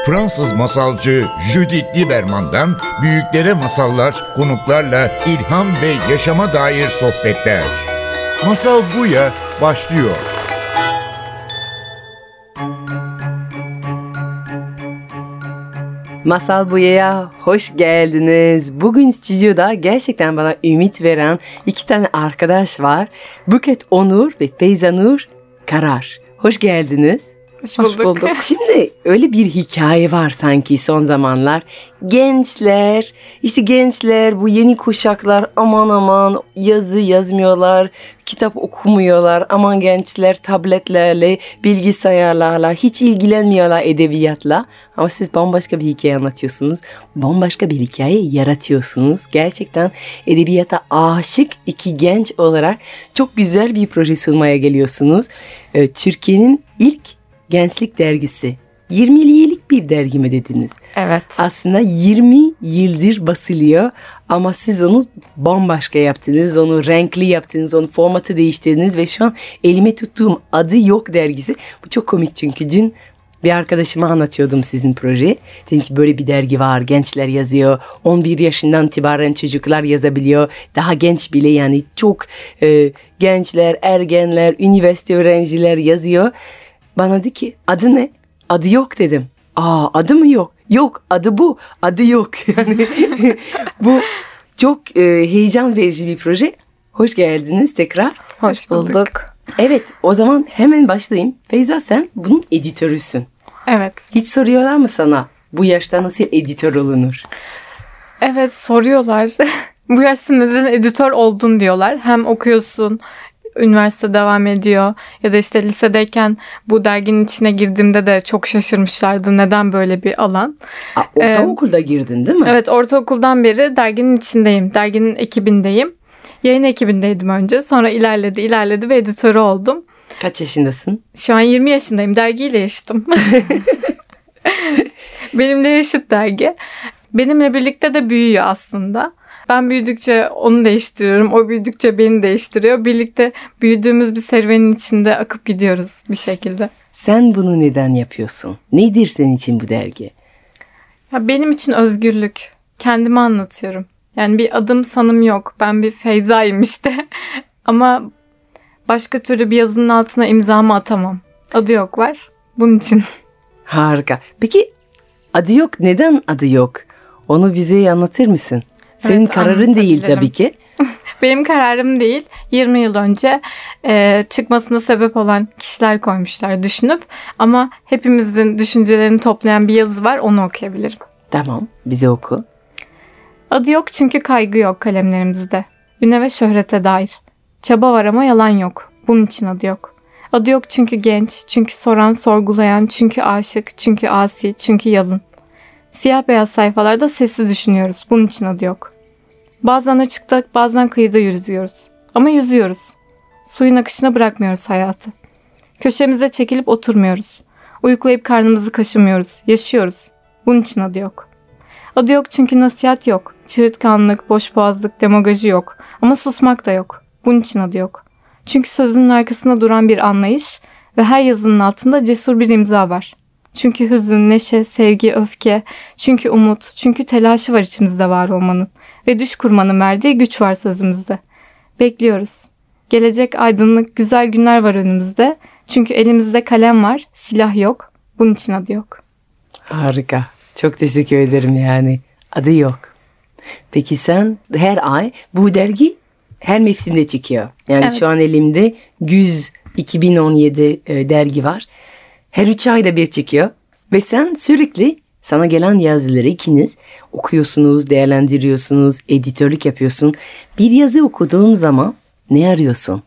Fransız masalcı Judith Lieberman'dan büyüklere masallar, konuklarla ilham ve yaşama dair sohbetler. Masal Buya başlıyor. Masal Buya'ya hoş geldiniz. Bugün stüdyoda gerçekten bana ümit veren iki tane arkadaş var. Buket Onur ve Feyza Nur Karar. Hoş geldiniz. Hoş bulduk. Şimdi öyle bir hikaye var sanki son zamanlar. Gençler, bu yeni kuşaklar aman yazı yazmıyorlar, kitap okumuyorlar. Aman gençler tabletlerle, bilgisayarlarla hiç ilgilenmiyorlar edebiyatla. Ama siz bambaşka bir hikaye anlatıyorsunuz. Bambaşka bir hikaye yaratıyorsunuz. Gerçekten edebiyata aşık iki genç olarak çok güzel bir proje sunmaya geliyorsunuz. Türkiye'nin ilk gençlik dergisi. 20'lilik bir dergi mi dediniz? Evet. Aslında 20 yıldır basılıyor ama siz onu bambaşka yaptınız, onu renkli yaptınız, onu formatı değiştirdiniz ve şu an elime tuttuğum Adı Yok dergisi. Bu çok komik çünkü dün bir arkadaşıma anlatıyordum sizin projeyi. Dedim ki böyle bir dergi var, gençler yazıyor, 11 yaşından itibaren çocuklar yazabiliyor, daha genç bile yani çok gençler, ergenler, üniversite öğrenciler yazıyor. Bana dedi ki adı ne? Adı Yok dedim. Adı mı yok? Yok, adı bu. Adı yok. Yani bu çok heyecan verici bir proje. Hoş geldiniz tekrar. Hoş bulduk. Evet, o zaman hemen başlayayım. Feyza, sen bunun editörüsün. Evet. Hiç soruyorlar mı sana bu yaşta nasıl editör olunur? Evet, soruyorlar. Bu yaşta neden editör oldun diyorlar. Hem okuyorsun, üniversite devam ediyor ya da işte lisedeyken bu derginin içine girdiğimde de çok şaşırmışlardı. Neden böyle bir alan? Ortaokulda girdin değil mi? Evet, ortaokuldan beri derginin içindeyim. Derginin ekibindeyim. Yayın ekibindeydim önce. Sonra ilerledi ve editörü oldum. Kaç yaşındasın? Şu an 20 yaşındayım. Dergiyle yaşıtım. Benimle yaşıt dergi. Benimle birlikte de büyüyor aslında. Ben büyüdükçe onu değiştiriyorum. O büyüdükçe beni değiştiriyor. Birlikte büyüdüğümüz bir serüvenin içinde akıp gidiyoruz bir şekilde. Sen bunu neden yapıyorsun? Nedir senin için bu dergi? Ya benim için özgürlük. Kendimi anlatıyorum. Yani bir adım sanım yok. Ben bir Feyza'yım işte. Ama başka türlü bir yazının altına imzamı atamam. Adı Yok var. Bunun için. Harika. Peki adı yok. Neden adı yok? Onu bize anlatır mısın? Senin evet, kararın değil tabii ki. Benim kararım değil. 20 yıl önce çıkmasına sebep olan kişiler koymuşlar düşünüp. Ama hepimizin düşüncelerini toplayan bir yazı var. Onu okuyabilirim. Tamam. Bize oku. Adı yok çünkü kaygı yok kalemlerimizde. Üne ve şöhrete dair. Çaba var ama yalan yok. Bunun için adı yok. Adı yok çünkü genç, çünkü soran, sorgulayan, çünkü aşık, çünkü asi, çünkü yalın. Siyah beyaz sayfalarda sesli düşünüyoruz. Bunun için adı yok. Bazen açıkta, bazen kıyıda yüzüyoruz. Ama yüzüyoruz. Suyun akışına bırakmıyoruz hayatı. Köşemize çekilip oturmuyoruz. Uyuklayıp karnımızı kaşımıyoruz. Yaşıyoruz. Bunun için adı yok. Adı yok çünkü nasihat yok. Çığırtkanlık, boşboğazlık, demagoji yok. Ama susmak da yok. Bunun için adı yok. Çünkü sözünün arkasında duran bir anlayış ve her yazının altında cesur bir imza var. Çünkü hüzün, neşe, sevgi, öfke, çünkü umut, çünkü telaşı var içimizde var olmanın ve düş kurmanın verdiği güç var sözümüzde. Bekliyoruz. Gelecek aydınlık, güzel günler var önümüzde. Çünkü elimizde kalem var, silah yok. Bunun için adı yok. Harika. Çok teşekkür ederim yani. Adı yok. Peki sen her ay bu dergi her mevsimde çıkıyor. Yani evet. Şu an elimde Güz 2017 dergi var. Her 3 ayda bir çıkıyor. Ve sen sürekli sana gelen yazıları ikiniz okuyorsunuz, değerlendiriyorsunuz, editörlük yapıyorsun. Bir yazı okuduğun zaman ne arıyorsun?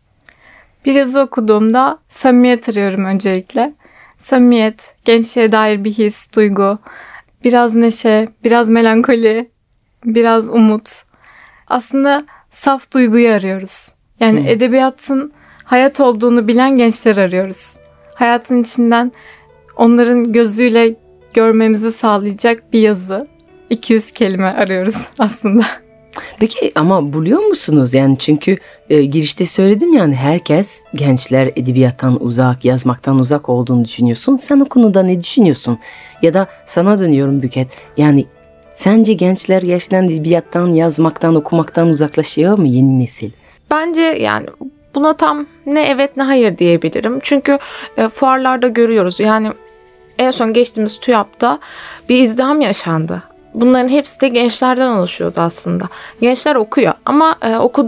Bir yazı okuduğumda samimiyet arıyorum öncelikle. Samimiyet, gençliğe dair bir his, duygu, biraz neşe, biraz melankoli, biraz umut. Aslında saf duyguyu arıyoruz. Yani edebiyatın hayat olduğunu bilen gençler arıyoruz. Hayatın içinden onların gözüyle görmemizi sağlayacak bir yazı. 200 kelime arıyoruz aslında. Peki ama buluyor musunuz? Yani çünkü girişte söyledim yani herkes gençler edebiyattan uzak, yazmaktan uzak olduğunu düşünüyorsun. Sen o konuda ne düşünüyorsun? Ya da sana dönüyorum Büket. Yani sence gençler gerçekten edebiyattan, yazmaktan, okumaktan uzaklaşıyor mu yeni nesil? Bence yani buna tam ne evet ne hayır diyebilirim. Çünkü fuarlarda görüyoruz. Yani en son geçtiğimiz TÜYAP'ta bir izdiham yaşandı. Bunların hepsi de gençlerden oluşuyordu aslında. Gençler okuyor ama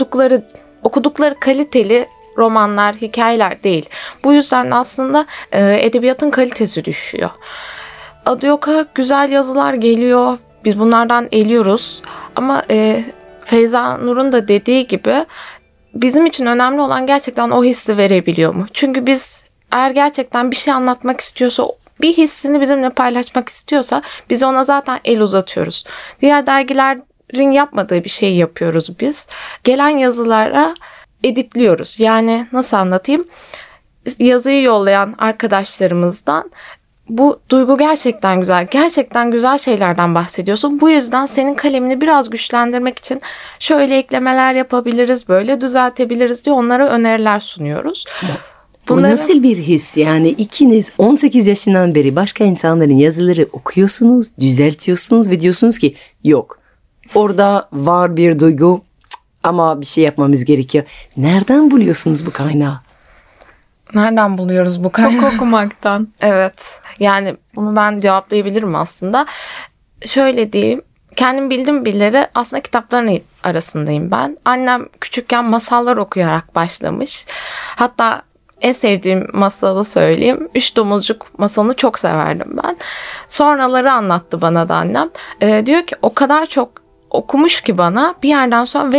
okudukları kaliteli romanlar, hikayeler değil. Bu yüzden aslında edebiyatın kalitesi düşüyor. Adı yok'a güzel yazılar geliyor. Biz bunlardan eliyoruz. Ama Feyza Nur'un da dediği gibi bizim için önemli olan gerçekten o hissi verebiliyor mu? Çünkü biz eğer gerçekten bir şey anlatmak istiyorsa, bir hissini bizimle paylaşmak istiyorsa biz ona zaten el uzatıyoruz. Diğer dergilerin yapmadığı bir şeyi yapıyoruz biz. Gelen yazılara editliyoruz. Yani nasıl anlatayım? Yazıyı yollayan arkadaşlarımızdan bu duygu gerçekten güzel. Gerçekten güzel şeylerden bahsediyorsun. Bu yüzden senin kalemini biraz güçlendirmek için şöyle eklemeler yapabiliriz, böyle düzeltebiliriz diye onlara öneriler sunuyoruz. Bu nasıl bir his? Yani ikiniz 18 yaşından beri başka insanların yazıları okuyorsunuz, düzeltiyorsunuz ve diyorsunuz ki yok. Orada var bir duygu ama bir şey yapmamız gerekiyor. Nereden buluyorsunuz bu kaynağı? Nereden buluyoruz bu kaynağı? Çok okumaktan. Evet. Yani bunu ben cevaplayabilirim aslında. Şöyle diyeyim. Kendim bildim billeri aslında kitapların arasındayım ben. Annem küçükken masallar okuyarak başlamış. Hatta en sevdiğim masalı söyleyeyim. Üç Domuzcuk masalını çok severdim ben. Sonraları anlattı bana da annem. Diyor ki o kadar çok okumuş ki bana bir yerden sonra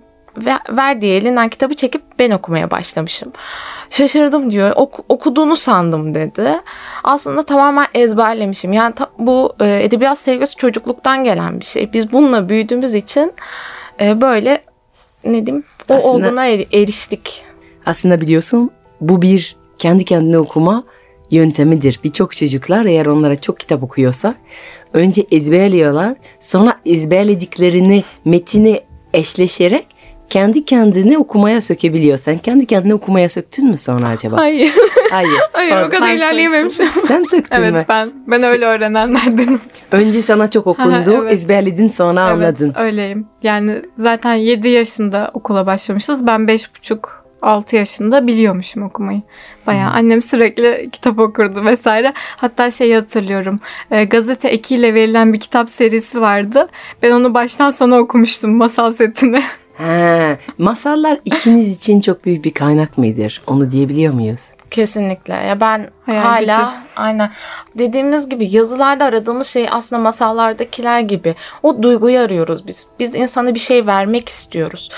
ver diye elinden kitabı çekip ben okumaya başlamışım. Şaşırdım diyor. Okuduğunu sandım dedi. Aslında tamamen ezberlemişim. Yani bu edebiyat sevgisi çocukluktan gelen bir şey. Biz bununla büyüdüğümüz için böyle ne diyeyim olguna eriştik. Aslında biliyorsun bu bir kendi kendine okuma yöntemidir. Birçok çocuklar eğer onlara çok kitap okuyorsa önce ezberliyorlar. Sonra ezberlediklerini metini eşleşerek kendi kendine okumaya sökebiliyor. Sen kendi kendine okumaya söktün mü sonra acaba? Hayır. Hayır. O kadar ilerleyememişim. Sen söktün mü? Evet ben öyle öğrenenlerdenim. Önce sana çok okundu, Evet. ezberledin sonra anladın. Evet öyleyim. Yani zaten 7 yaşında okula başlamışız. Ben 5,5-6 yaşında biliyormuşum okumayı. Bayağı annem sürekli kitap okurdu vesaire. Hatta şeyi hatırlıyorum. Gazete ekiyle verilen bir kitap serisi vardı. Ben onu baştan sona okumuştum masal setini. Masallar ikiniz için çok büyük bir kaynak mıdır? Onu diyebiliyor muyuz? Kesinlikle. Ya ben Hayal hala gücü. aynen dediğimiz gibi yazılarda aradığımız şey aslında masallardakiler gibi. O duyguyu arıyoruz biz. Biz insana bir şey vermek istiyoruz.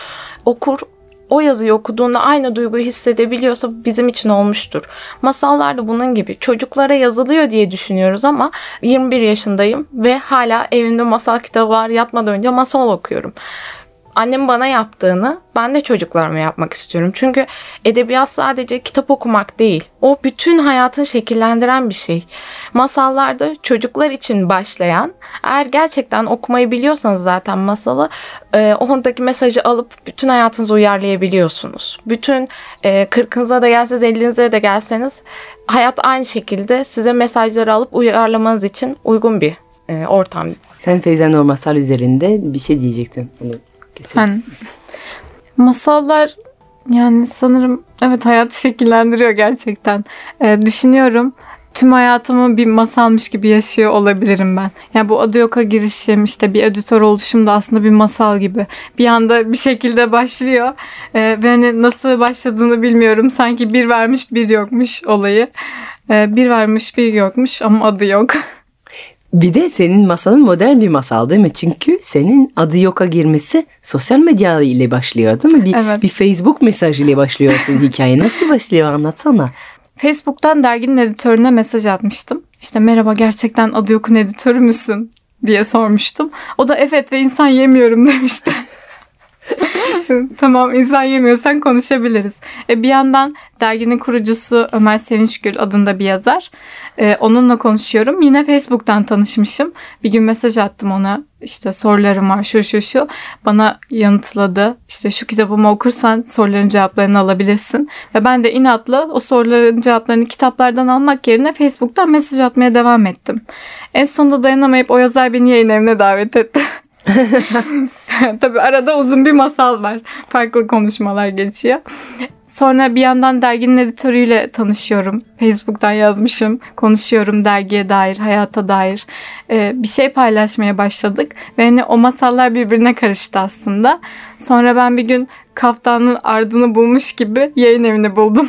O yazıyı okuduğunda aynı duyguyu hissedebiliyorsa bizim için olmuştur. Masallar da bunun gibi. Çocuklara yazılıyor diye düşünüyoruz ama 21 yaşındayım ve hala evimde masal kitabı var. Yatmadan önce masal okuyorum. Annem bana yaptığını ben de çocuklarıma yapmak istiyorum. Çünkü edebiyat sadece kitap okumak değil. O bütün hayatını şekillendiren bir şey. Masallarda çocuklar için başlayan, eğer gerçekten okumayı biliyorsanız zaten masalı, oradaki mesajı alıp bütün hayatınıza uyarlayabiliyorsunuz. Bütün 40'ınıza da gelseniz, 50'nize de gelseniz hayat aynı şekilde size mesajları alıp uyarlamanız için uygun bir ortam. Sen Feyza Nur masal üzerinde bir şey diyecektin. Onu kesin. Masallar yani sanırım evet hayatı şekillendiriyor gerçekten. Düşünüyorum tüm hayatımı bir masalmış gibi yaşıyor olabilirim ben. Yani bu Adı Yok'a girişim işte bir editör oluşum da aslında bir masal gibi. Bir anda bir şekilde başlıyor ve hani nasıl başladığını bilmiyorum. Sanki bir varmış bir yokmuş olayı. Bir varmış bir yokmuş ama adı yok. Bir de senin masalın modern bir masal değil mi? Çünkü senin Adı Yok'a girmesi sosyal medya ile başlıyor değil mi? Evet. Bir Facebook mesajı ile başlıyor senin hikaye. Nasıl başlıyor anlatsana. Facebook'tan derginin editörüne mesaj atmıştım. İşte merhaba gerçekten Adı Yok'un editörü müsün diye sormuştum. O da evet ve insan yemiyorum demişti. Tamam insan yemiyorsan konuşabiliriz. Bir yandan derginin kurucusu Ömer Sevinçgül adında bir yazar. Onunla konuşuyorum. Yine Facebook'tan tanışmışım. Bir gün mesaj attım ona. İşte sorularım var şu. Bana yanıtladı. İşte şu kitabımı okursan soruların cevaplarını alabilirsin. Ve ben de inatla o soruların cevaplarını kitaplardan almak yerine Facebook'tan mesaj atmaya devam ettim. En sonunda dayanamayıp o yazar beni yayın evine davet etti. Tabii arada uzun bir masal var. Farklı konuşmalar geçiyor. Sonra bir yandan derginin editörüyle tanışıyorum. Facebook'tan yazmışım. Konuşuyorum dergiye dair, hayata dair. Bir şey paylaşmaya başladık. Ve hani o masallar birbirine karıştı aslında. Sonra ben bir gün kaftanın ardını bulmuş gibi yayın evini buldum.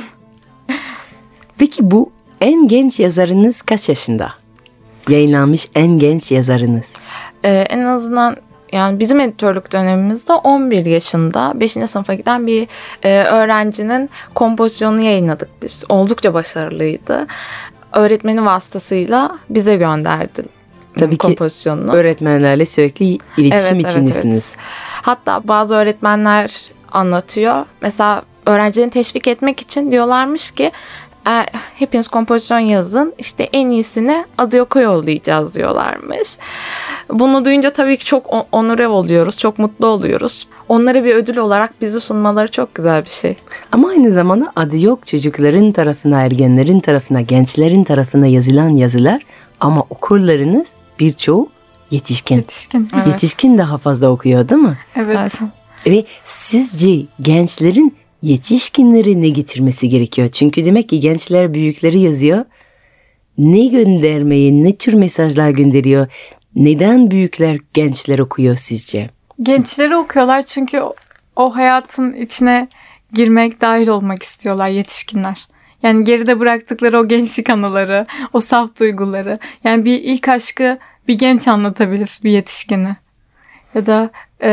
Peki bu en genç yazarınız kaç yaşında? Yayınlanmış en genç yazarınız. En azından yani bizim editörlük dönemimizde 11 yaşında 5. sınıfa giden bir öğrencinin kompozisyonunu yayınladık biz. Oldukça başarılıydı. Öğretmeni vasıtasıyla bize gönderdi. Tabii kompozisyonunu. Ki öğretmenlerle sürekli iletişim içindesiniz. Evet. Hatta bazı öğretmenler anlatıyor. Mesela öğrencilerini teşvik etmek için diyorlarmış ki hepiniz kompozisyon yazın, işte en iyisini Adıyok'a yollayacağız diyorlarmış. Bunu duyunca tabii ki çok onure oluyoruz, çok mutlu oluyoruz. Onlara bir ödül olarak bizi sunmaları çok güzel bir şey. Ama aynı zamanda adı yok çocukların tarafına, ergenlerin tarafına, gençlerin tarafına yazılan yazılar ama okurlarınız birçoğu yetişkin. Evet. Yetişkin daha fazla okuyor değil mi? Evet. Ve sizce gençlerin yetişkinleri ne getirmesi gerekiyor? Çünkü demek ki gençler büyükleri yazıyor. Ne göndermeyi, ne tür mesajlar gönderiyor? Neden büyükler gençler okuyor sizce? Gençleri okuyorlar çünkü o hayatın içine girmek, dahil olmak istiyorlar yetişkinler. Yani geride bıraktıkları o gençlik anıları, o saf duyguları. Yani bir ilk aşkı bir genç anlatabilir bir yetişkini. Ya da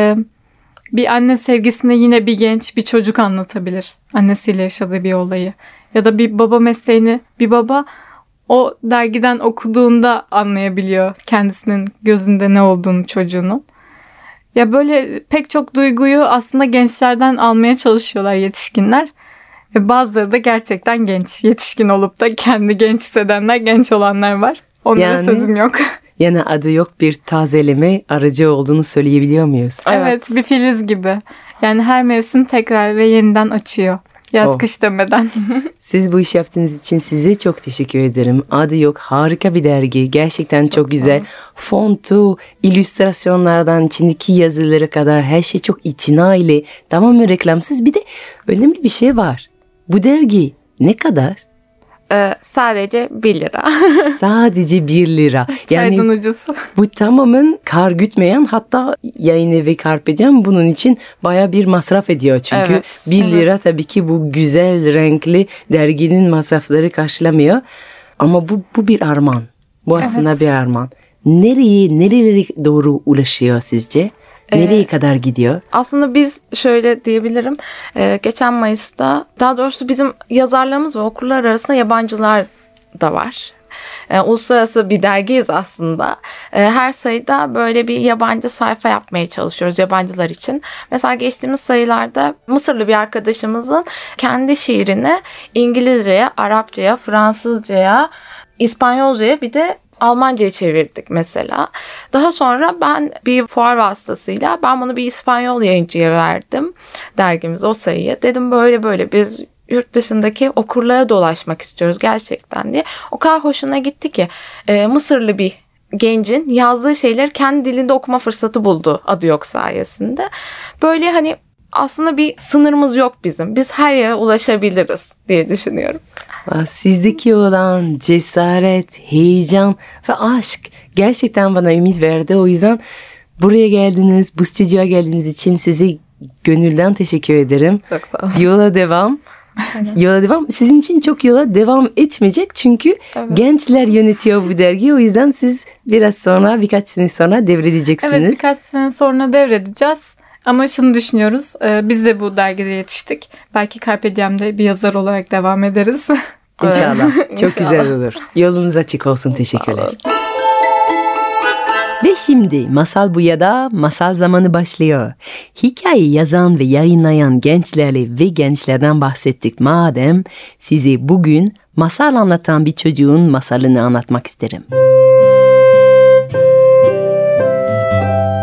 bir anne sevgisini yine bir genç, bir çocuk anlatabilir. Annesiyle yaşadığı bir olayı. Ya da bir baba mesleğini bir baba o dergiden okuduğunda anlayabiliyor kendisinin gözünde ne olduğunu çocuğunun. Ya böyle pek çok duyguyu aslında gençlerden almaya çalışıyorlar yetişkinler. Ve bazıları da gerçekten genç. Yetişkin olup da kendi genç hissedenler, genç olanlar var. Onlara sözüm yok. Yani adı yok bir tazeleme aracı olduğunu söyleyebiliyor muyuz? Evet, bir filiz gibi. Yani her mevsim tekrar ve yeniden açıyor. Yaz kış demeden. Siz bu iş yaptığınız için size çok teşekkür ederim. Adı yok harika bir dergi. Gerçekten çok güzel. Fontu, illüstrasyonlardan içindeki yazılara kadar her şey çok itina ile tamamen reklamsız. Bir de önemli bir şey var. Bu dergi ne kadar? Sadece 1 lira. Sadece 1 lira. Çaydan ucusu. Bu tamamen kar gütmeyen, hatta yayın evi Carpe Diem bunun için baya bir masraf ediyor. Çünkü Evet, 1 lira tabii ki bu güzel renkli derginin masrafları karşılamıyor. Ama bu bir armağan. Bu aslında bir armağan. Nerelere doğru ulaşıyor sizce? Nereye kadar gidiyor? Aslında biz şöyle diyebilirim. Geçen Mayıs'ta, daha doğrusu bizim yazarlarımız ve okurlar arasında yabancılar da var. Uluslararası bir dergiyiz aslında. Her sayıda böyle bir yabancı sayfa yapmaya çalışıyoruz yabancılar için. Mesela geçtiğimiz sayılarda Mısırlı bir arkadaşımızın kendi şiirini İngilizceye, Arapçaya, Fransızcaya, İspanyolcaya bir de Almanca'ya çevirdik mesela. Daha sonra ben bir fuar vasıtasıyla bunu bir İspanyol yayıncıya verdim. Dergimiz o sayıyı. Dedim böyle biz yurt dışındaki okurlara dolaşmak istiyoruz gerçekten diye. O kadar hoşuna gitti ki Mısırlı bir gencin yazdığı şeyleri kendi dilinde okuma fırsatı buldu adı yok sayesinde. Böyle hani aslında bir sınırımız yok bizim. Biz her yere ulaşabiliriz diye düşünüyorum. Sizdeki olan cesaret, heyecan ve aşk gerçekten bana ümit verdi. O yüzden buraya geldiniz, bu stüdyoya geldiğiniz için size gönülden teşekkür ederim. Çok sağ olun. Yola devam. Yola devam. Sizin için çok yola devam etmeyecek çünkü gençler yönetiyor bu dergiyi. O yüzden siz birkaç sene sonra devredeceksiniz. Evet, birkaç sene sonra devredeceğiz. Ama şunu düşünüyoruz. Biz de bu dergide yetiştik. Belki Carpe Diem'de bir yazar olarak devam ederiz. İnşallah. Çok güzel olur. Yolunuz açık olsun. Teşekkürler. Ve şimdi Masal Buya'da masal zamanı başlıyor. Hikaye yazan ve yayınlayan gençlerle ve gençlerden bahsettik madem, size bugün masal anlatan bir çocuğun masalını anlatmak isterim.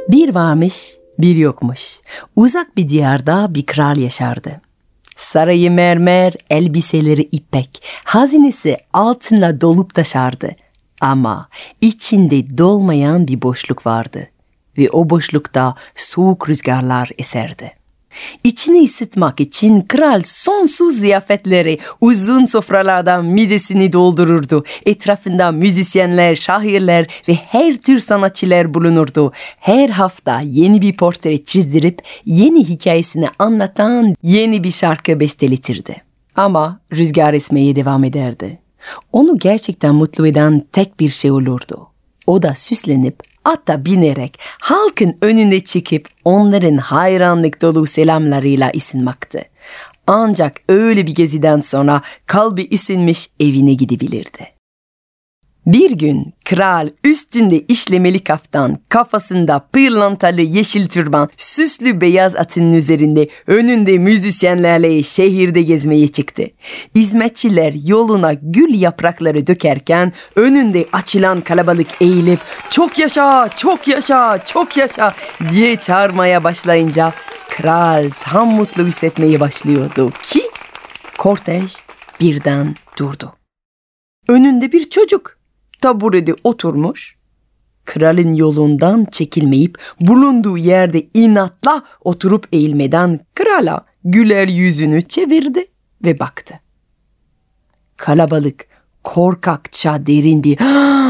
Bir varmış, bir yokmuş. Uzak bir diyarda bir kral yaşardı. Sarayı mermer, elbiseleri ipek, hazinesi altınla dolup taşardı. Ama içinde dolmayan bir boşluk vardı ve o boşlukta soğuk rüzgarlar eserdi. İçini ısıtmak için kral sonsuz ziyafetleri, uzun sofralardan midesini doldururdu. Etrafında müzisyenler, şairler ve her tür sanatçılar bulunurdu. Her hafta yeni bir portre çizdirip yeni hikayesini anlatan yeni bir şarkı besteletirdi. Ama rüzgar esmeye devam ederdi. Onu gerçekten mutlu eden tek bir şey olurdu. O da süslenip ata binerek halkın önüne çıkıp onların hayranlık dolu selamlarıyla ısınmaktı. Ancak öyle bir geziden sonra kalbi ısınmış evine gidebilirdi. Bir gün kral üstünde işlemeli kaftan, kafasında pırlantalı yeşil türban, süslü beyaz atın üzerinde önünde müzisyenlerle şehirde gezmeye çıktı. Hizmetçiler yoluna gül yaprakları dökerken önünde açılan kalabalık eğilip "Çok yaşa, çok yaşa, çok yaşa" diye çağırmaya başlayınca kral tam mutlu hissetmeye başlıyordu ki kortej birden durdu. Önünde bir çocuk taburede oturmuş, kralın yolundan çekilmeyip bulunduğu yerde inatla oturup eğilmeden krala güler yüzünü çevirdi ve baktı. Kalabalık korkakça derin bir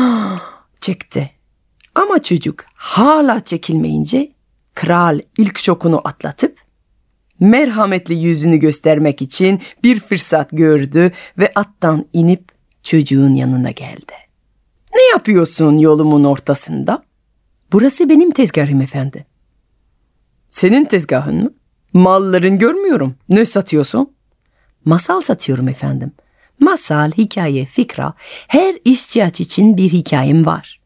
çekti. Ama çocuk hala çekilmeyince kral ilk şokunu atlatıp merhametli yüzünü göstermek için bir fırsat gördü ve attan inip çocuğun yanına geldi. "Ne yapıyorsun yolumun ortasında?" "Burası benim tezgahım efendi." "Senin tezgahın mı? Malların görmüyorum. Ne satıyorsun?" "Masal satıyorum efendim. Masal, hikaye, fikra, her ihtiyaç için bir hikayem var."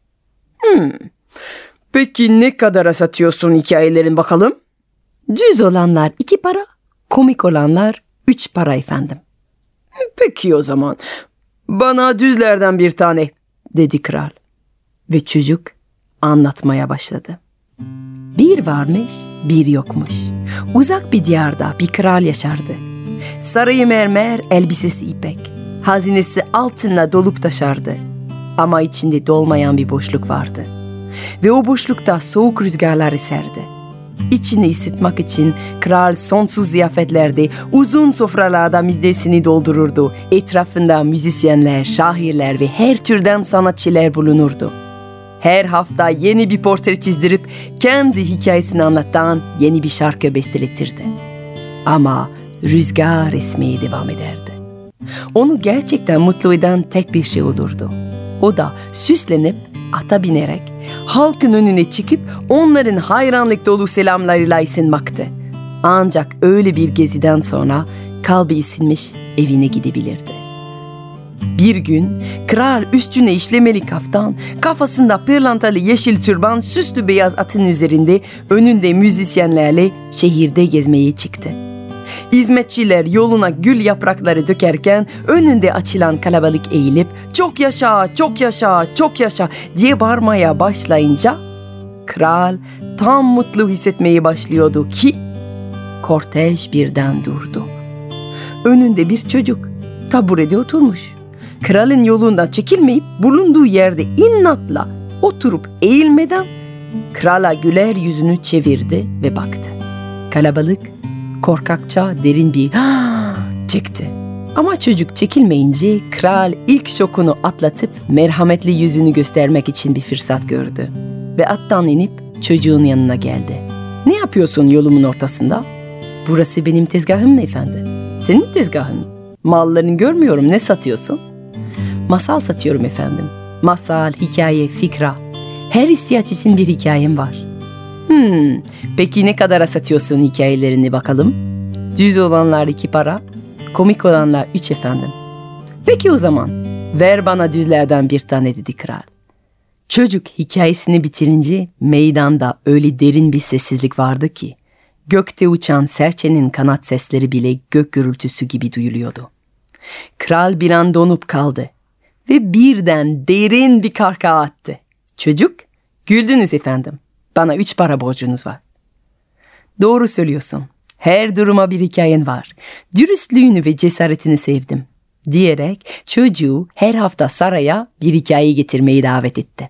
Peki ne kadara satıyorsun hikayelerin bakalım?" "Düz olanlar 2 para, komik olanlar 3 para efendim." "Peki o zaman bana düzlerden bir tane," dedi kral. Ve çocuk anlatmaya başladı. Bir varmış, bir yokmuş. Uzak bir diyarda bir kral yaşardı. Sarayı mermer, elbisesi ipek, hazinesi altınla dolup taşardı. Ama içinde dolmayan bir boşluk vardı. Ve o boşlukta soğuk rüzgarlar eserdi. İçini ısıtmak için kral sonsuz ziyafetlerde, uzun sofralarda midesini doldururdu. Etrafında müzisyenler, şairler ve her türden sanatçılar bulunurdu. Her hafta yeni bir portre çizdirip kendi hikayesini anlatan yeni bir şarkı besteletirdi. Ama rüzgar esmeye devam ederdi. Onu gerçekten mutlu eden tek bir şey olurdu. O da süslenip ata binerek halkın önüne çıkıp onların hayranlık dolu selamlarıyla ısınmaktı. Ancak öyle bir geziden sonra kalbi ısınmış evine gidebilirdi. Bir gün kral üstüne işlemeli kaftan, kafasında pırlantalı yeşil türban, süslü beyaz atın üzerinde önünde müzisyenlerle şehirde gezmeye çıktı. Hizmetçiler yoluna gül yaprakları dökerken önünde açılan kalabalık eğilip "Çok yaşa, çok yaşa, çok yaşa" diye bağırmaya başlayınca kral tam mutlu hissetmeye başlıyordu ki kortej birden durdu. Önünde bir çocuk taburede oturmuş. Kralın yolundan çekilmeyip bulunduğu yerde inatla oturup eğilmeden krala güler yüzünü çevirdi ve baktı. Kalabalık korkakça derin bir çekti. Ama çocuk çekilmeyince kral ilk şokunu atlatıp merhametli yüzünü göstermek için bir fırsat gördü. Ve attan inip çocuğun yanına geldi. "Ne yapıyorsun yolumun ortasında?" "Burası benim tezgahım mı efendi?" "Senin tezgahın mı? Mallarını görmüyorum, ne satıyorsun?" "Masal satıyorum efendim. Masal, hikaye, fikra. Her ihtiyaç için bir hikayem var." Peki ne kadara satıyorsun hikayelerini bakalım?" "Düz olanlar 2 para, komik olanlar 3 efendim." "Peki o zaman ver bana düzlerden bir tane," dedi kral. Çocuk hikayesini bitirince meydanda öyle derin bir sessizlik vardı ki gökte uçan serçenin kanat sesleri bile gök gürültüsü gibi duyuluyordu. Kral bir an donup kaldı ve birden derin bir kahkaha attı. Çocuk, "Güldünüz efendim. Bana 3 para borcunuz var. Doğru söylüyorsun. Her duruma bir hikayen var. Dürüstlüğünü ve cesaretini sevdim. Diyerek çocuğu her hafta saraya bir hikaye getirmeyi davet etti.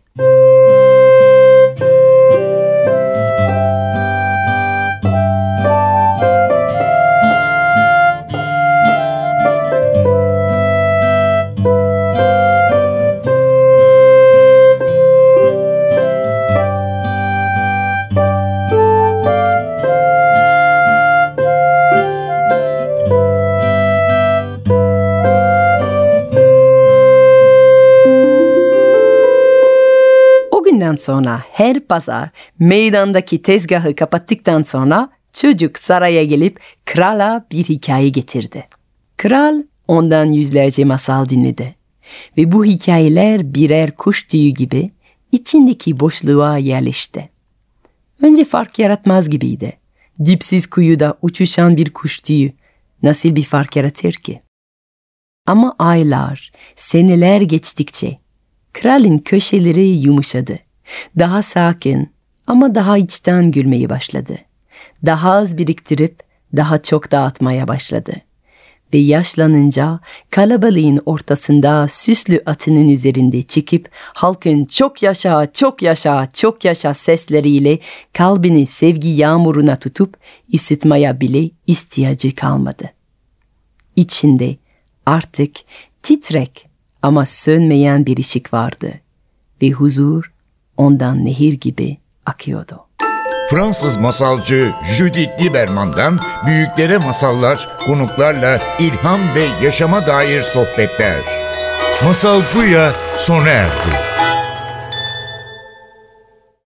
Günden sonra her pazar meydandaki tezgahı kapattıktan sonra çocuk saraya gelip krala bir hikaye getirdi. Kral ondan yüzlerce masal dinledi ve bu hikayeler birer kuş tüyü gibi içindeki boşluğa yerleşti. Önce fark yaratmaz gibiydi. Dipsiz kuyuda uçuşan bir kuş tüyü nasıl bir fark yaratır ki? Ama aylar, seneler geçtikçe kralın köşeleri yumuşadı. Daha sakin ama daha içten gülmeyi başladı. Daha az biriktirip daha çok dağıtmaya başladı. Ve yaşlanınca kalabalığın ortasında süslü atının üzerinde çıkıp halkın çok yaşa, çok yaşa, çok yaşa sesleriyle kalbini sevgi yağmuruna tutup ısıtmaya bile ihtiyacı kalmadı. İçinde artık titrek ama sönmeyen bir ışık vardı ve huzur ondan nehir gibi akıyordu. Fransız masalcı Judith Lieberman'dan büyüklere masallar, konuklarla ilham ve yaşama dair sohbetler. Masal Buya sona erdi.